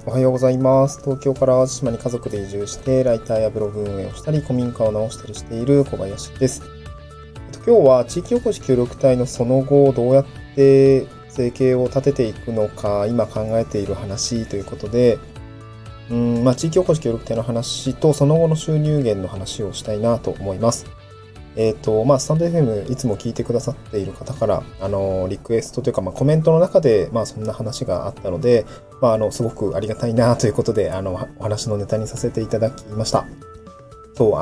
おはようございます。東京から淡路島に家族で移住して、ライターやブログ運営をしたり、古民家を直したりしている小林です。今日は地域おこし協力隊のその後、どうやって生計を立てていくのか、今考えている話ということで、地域おこし協力隊の話と、その後の収入源の話をしたいなと思います。スタンド FM いつも聞いてくださっている方から、リクエストというか、コメントの中で、そんな話があったので、すごくありがたいなということで、お話のネタにさせていただきました。そう、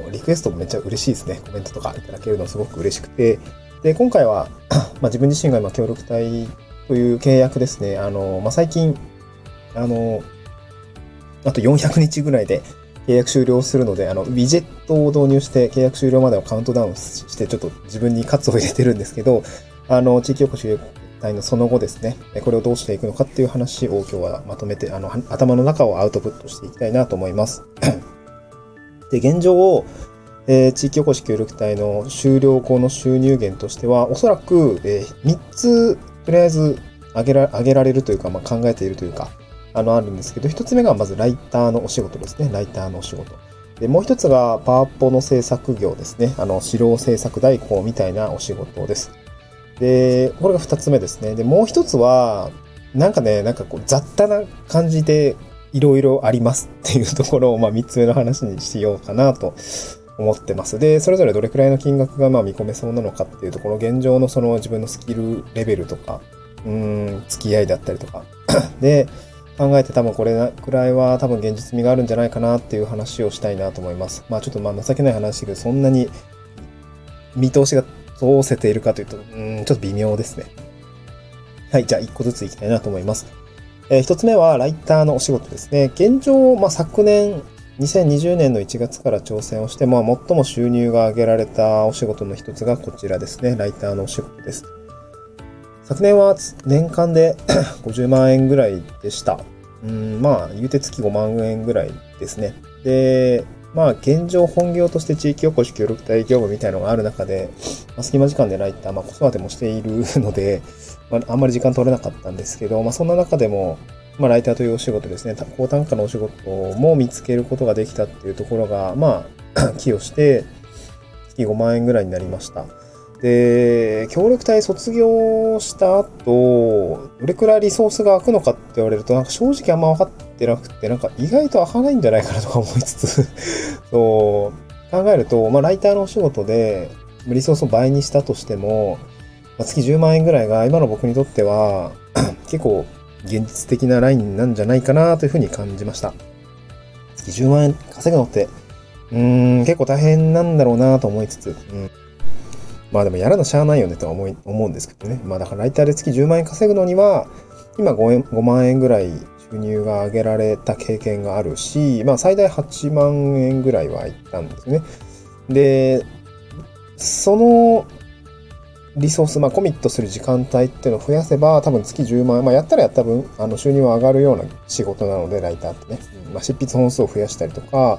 リクエストもめっちゃ嬉しいですね。コメントとかいただけるのすごく嬉しくて。で、今回は、自分自身が今協力隊という契約ですね。最近、あと400日ぐらいで、契約終了するので、ウィジェットを導入して契約終了までをカウントダウンして、ちょっと自分に喝を入れてるんですけど、地域おこし協力隊のその後ですね、これをどうしていくのかっていう話を今日はまとめて、頭の中をアウトプットしていきたいなと思います。で、現状、地域おこし協力隊の終了後の収入源としては、おそらく、3つ、とりあえず上げられるというか、考えているというか、あるんですけど、一つ目がまずライターのお仕事ですね。ライターのお仕事。で、もう一つがパワポの制作業ですね。資料制作代行みたいなお仕事です。で、これが二つ目ですね。で、もう一つは、雑多な感じでいろいろありますっていうところを、三つ目の話にしようかなと思ってます。で、それぞれどれくらいの金額が見込めそうなのかっていうところ、現状のその自分のスキルレベルとか、付き合いだったりとか。で、考えて多分これくらいは多分現実味があるんじゃないかなっていう話をしたいなと思います。ちょっと情けない話だけど、そんなに見通しが通せているかというと、ちょっと微妙ですね。はい、じゃあ一個ずついきたいなと思います。一つ目はライターのお仕事ですね。現状、昨年、2020年の1月から挑戦をして、最も収入が上げられたお仕事の一つがこちらですね。ライターのお仕事です。昨年は年間で50万円ぐらいでした。言うて月5万円ぐらいですね。で、現状本業として地域おこし協力隊業務みたいなのがある中で、隙間時間でライター、子育てもしているので、あんまり時間取れなかったんですけど、そんな中でも、ライターというお仕事ですね、高単価のお仕事も見つけることができたっていうところが、寄与して、月5万円ぐらいになりました。で、協力隊卒業した後、どれくらいリソースが空くのかって言われると、正直あんま分かってなくて、意外と開かないんじゃないかなとか思いつつ、そう考えると、ライターのお仕事でリソースを倍にしたとしても、月10万円ぐらいが今の僕にとっては結構現実的なラインなんじゃないかなというふうに感じました。月10万円稼ぐのって結構大変なんだろうなと思いつつ、でもやらなしゃあないよねとは思うんですけどね。だからライターで月10万円稼ぐのには、今5万円ぐらい収入が上げられた経験があるし、最大8万円ぐらいはいったんですね。で、そのリソース、コミットする時間帯っていうのを増やせば、多分月10万円、やったらやった分、収入は上がるような仕事なので、ライターってね。執筆本数を増やしたりとか、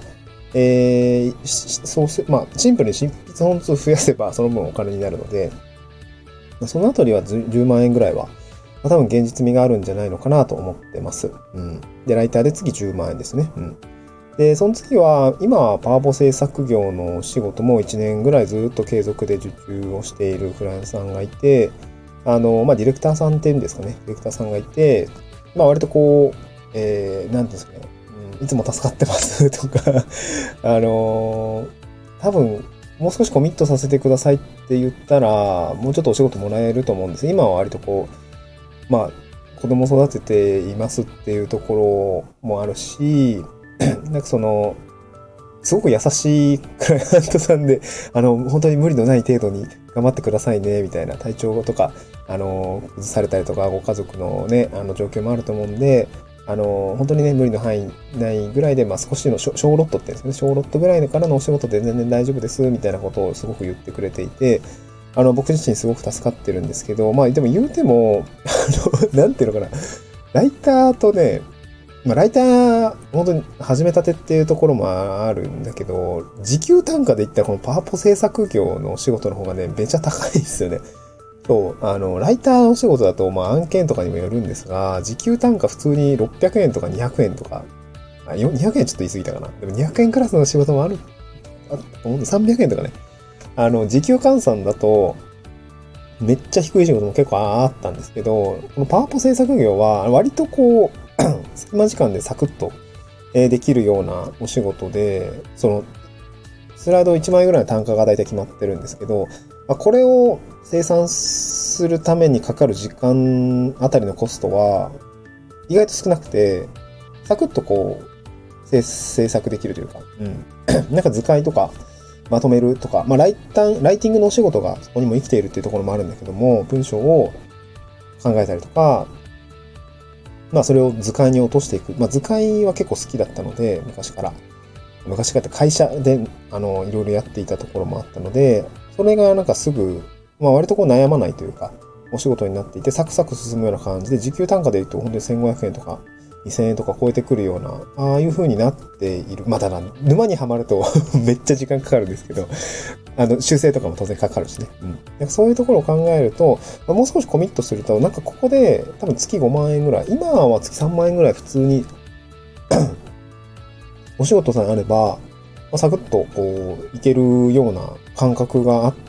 シンプルに執筆本数を増やせばその分お金になるので、そのあたりは10万円ぐらいは、多分現実味があるんじゃないのかなと思ってます。で、ライターで次10万円ですね。で、その次は、今はパワポ制作業の仕事も1年ぐらいずっと継続で受注をしているフランスさんがいて、ディレクターさんっていうんですかね。ディレクターさんがいて、割とこう、なんですかね。いつも助かってますとか多分、もう少しコミットさせてくださいって言ったら、もうちょっとお仕事もらえると思うんです。今は割とこう、子供育てていますっていうところもあるし、すごく優しいクライアントさんで、本当に無理のない程度に頑張ってくださいね、みたいな体調とか、崩されたりとか、ご家族のね、状況もあると思うんで、本当にね、無理の範囲ないぐらいで、少しの小ロットって言うんですね。小ロットぐらいからのお仕事で全然大丈夫です、みたいなことをすごく言ってくれていて、僕自身すごく助かってるんですけど、でも言うても、なんていうのかな、ライターとね、ライター、本当に始めたてっていうところもあるんだけど、時給単価で言ったらこのパワポ制作業のお仕事の方がね、めちゃ高いですよね。 そう、ライターのお仕事だと、まあ案件とかにもよるんですが、時給単価普通に600円とか200円とか、200円ちょっと言い過ぎたかな。でも200円クラスの仕事もある、300円とかね。時給換算だと、めっちゃ低い仕事も結構あったんですけど、このパワポ制作業は割とこう、隙間時間でサクッとできるようなお仕事で、その、スライド1枚ぐらいの単価が大体決まってるんですけど、これを生産するためにかかる時間あたりのコストは意外と少なくて、サクッとこう、制作できるというか、なんか図解とかまとめるとか、まあライティングのお仕事がそこにも生きているっていうところもあるんだけども、文章を考えたりとか、まあそれを図解に落としていく。まあ図解は結構好きだったので、昔からって会社で、いろいろやっていたところもあったので、それがなんかすぐ、まあ割とこう悩まないというか、お仕事になっていて、サクサク進むような感じで、時給単価で言うと本当に1500円とか2000円とか超えてくるような、ああいう風になっている。まあただ、沼にはまるとめっちゃ時間かかるんですけど、修正とかも当然かかるしね。なんかそういうところを考えると、もう少しコミットすると、なんかここで多分月5万円ぐらい、今は月3万円ぐらい普通にお仕事さえあれば、サクッとこう、いけるような感覚があって、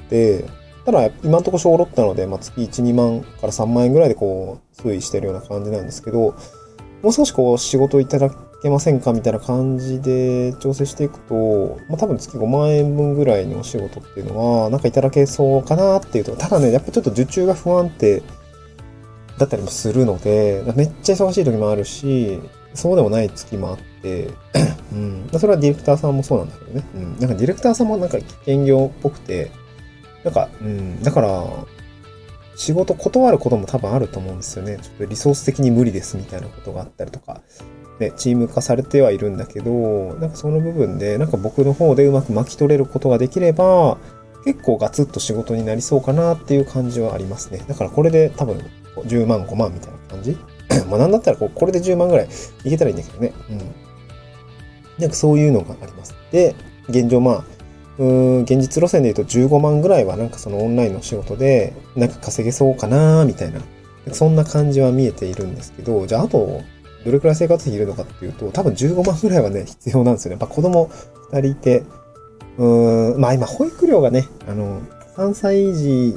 ただ今のところ小ロットなので、月1、2万から3万円ぐらいでこう、推移してるような感じなんですけど、もう少しこう、仕事いただけませんかみたいな感じで調整していくと、多分月5万円分ぐらいのお仕事っていうのは、なんかいただけそうかなっていうと、ただね、やっぱちょっと受注が不安定だったりもするので、めっちゃ忙しい時もあるし、そうでもない月もあって、それはディレクターさんもそうなんだけどね。なんかディレクターさんもなんか危険業っぽくて、なんか、だから、仕事断ることも多分あると思うんですよね。ちょっとリソース的に無理ですみたいなことがあったりとか。ね、チーム化されてはいるんだけど、なんかその部分で、なんか僕の方でうまく巻き取れることができれば、結構ガツッと仕事になりそうかなっていう感じはありますね。だからこれで多分10万、5万みたいな感じなんだったらこれで10万ぐらいいけたらいいんだけどね。なんかそういうのがあります。で、現状現実路線で言うと15万ぐらいはなんかそのオンラインの仕事でなんか稼げそうかなみたいな、そんな感じは見えているんですけど、じゃああと、どれくらい生活費いるのかっていうと、多分15万ぐらいはね、必要なんですよね。子供2人いて、今保育料がね、3歳児、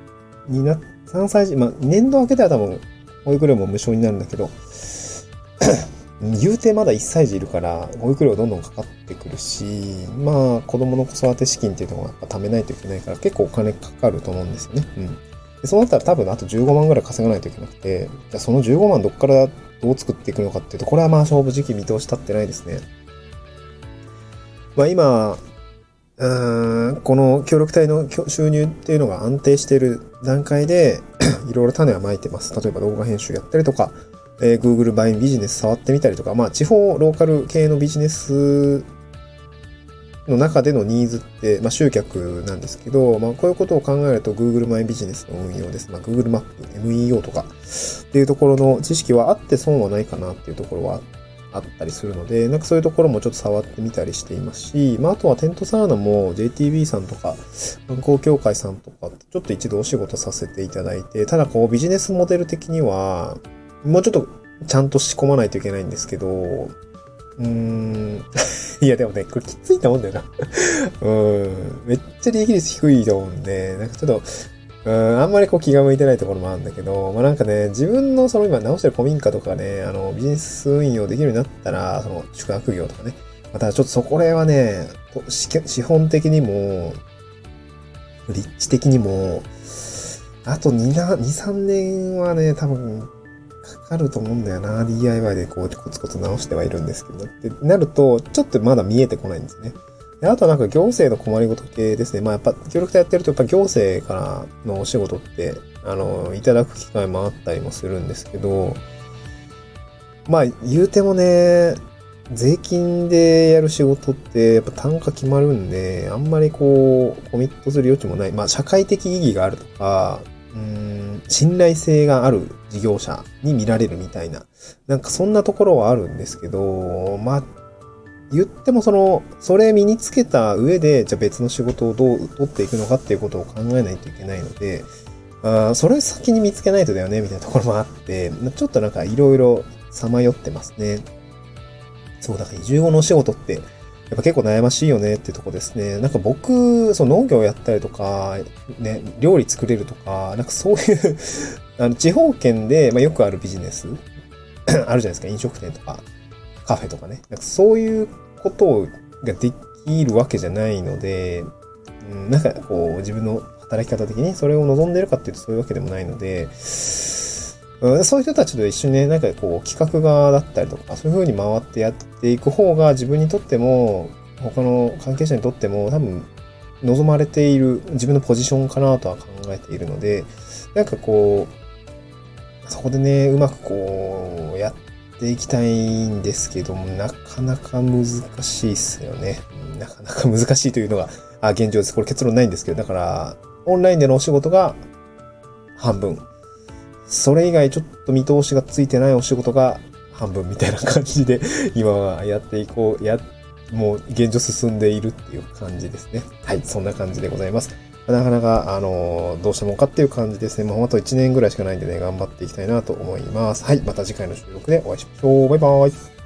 年度明けたら多分保育料も無償になるんだけど、言うてまだ1歳児いるから、保育料どんどんかかってくるし、子供の子育て資金っていうのがやっぱ貯めないといけないから、結構お金かかると思うんですよね。でそうなったら多分あと15万ぐらい稼がないといけなくて、じゃあその15万どっからどう作っていくのかっていうと、これは勝負時期見通し立ってないですね。今、この協力隊の収入っていうのが安定している段階で、いろいろ種はまいてます。例えば動画編集やったりとか、Google バインビジネス触ってみたりとか、地方ローカル系のビジネスの中でのニーズって、集客なんですけど、こういうことを考えると Google マイビジネスの運用です。Google マップ、MEO とかっていうところの知識はあって損はないかなっていうところはあったりするので、なんかそういうところもちょっと触ってみたりしていますし、あとはテントサウナも JTB さんとか観光協会さんとかちょっと一度お仕事させていただいて、ただビジネスモデル的にはもうちょっとちゃんと仕込まないといけないんですけど、いやでもね、これきついと思うんだよな。めっちゃ利益率低いと思うんで、なんかちょっと、あんまり気が向いてないところもあるんだけど、なんかね、自分の今直してる古民家とかね、ビジネス運用できるようになったら、宿泊業とかね、ただちょっとこれはね、資本的にも、立地的にも、あと2、3年はね、多分、かかると思うんだよな。DIY でコツコツ直してはいるんですけど。ってなると、ちょっとまだ見えてこないんですね。であとはなんか行政の困りごと系ですね。やっぱ協力隊やってると、やっぱ行政からのお仕事って、いただく機会もあったりもするんですけど、言うてもね、税金でやる仕事ってやっぱ単価決まるんで、あんまりコミットする余地もない。社会的意義があるとか、信頼性がある事業者に見られるみたいな、なんかそんなところはあるんですけど、言ってもそれ身につけた上で、じゃあ別の仕事をどう取っていくのかっていうことを考えないといけないので、 それ先に見つけないとだよね、みたいなところもあって、ちょっとなんかいろいろさまよってますね。そう、だから移住後のお仕事って、やっぱ結構悩ましいよねってとこですね。なんか僕、農業やったりとか、ね、料理作れるとか、なんかそういう地方圏で、よくあるビジネスあるじゃないですか。飲食店とか、カフェとかね。なんかそういうことができるわけじゃないので、なんかこう、自分の働き方的にそれを望んでるかっていうとそういうわけでもないので、そういう人たちと一緒にね、なんかこう、企画側だったりとか、そういう風に回ってやっていく方が自分にとっても、他の関係者にとっても多分、望まれている自分のポジションかなとは考えているので、なんかこう、そこでね、うまくこう、やっていきたいんですけども、なかなか難しいっすよね。なかなか難しいというのが、現状です。これ結論ないんですけど、だから、オンラインでのお仕事が半分。それ以外ちょっと見通しがついてないお仕事が半分みたいな感じで、今はやっていこう、もう現状進んでいるっていう感じですね。はい、そんな感じでございます。なかなか、どうしたもんかっていう感じですね。もうあと1年ぐらいしかないんでね、頑張っていきたいなと思います。はい、また次回の収録でお会いしましょう。バイバーイ。